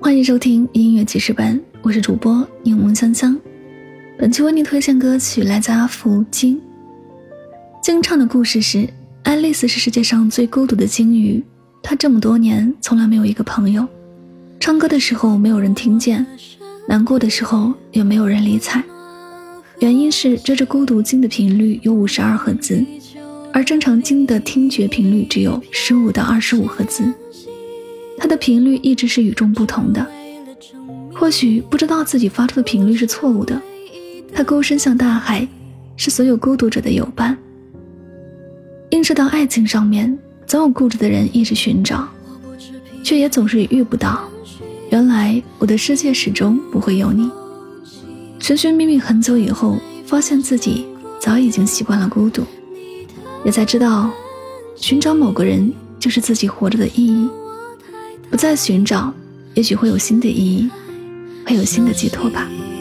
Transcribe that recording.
欢迎收听音乐记事本，我是主播柠檬香香。本期为您推荐歌曲来自阿福鲸。鲸唱的故事是，爱丽丝是世界上最孤独的鲸鱼，她这么多年从来没有一个朋友，唱歌的时候没有人听见，难过的时候也没有人理睬。原因是这只孤独鲸的频率有52赫兹，而正常鲸的听觉频率只有15到25赫兹，它的频率一直是与众不同的。或许不知道自己发出的频率是错误的，它孤身向大海，是所有孤独者的友伴。映射到爱情上面，总有固执的人一直寻找，却也总是遇不到。原来我的世界始终不会有你。寻寻觅觅很久以后，发现自己早已经习惯了孤独，也才知道寻找某个人就是自己活着的意义。不再寻找，也许会有新的意义，会有新的寄托吧。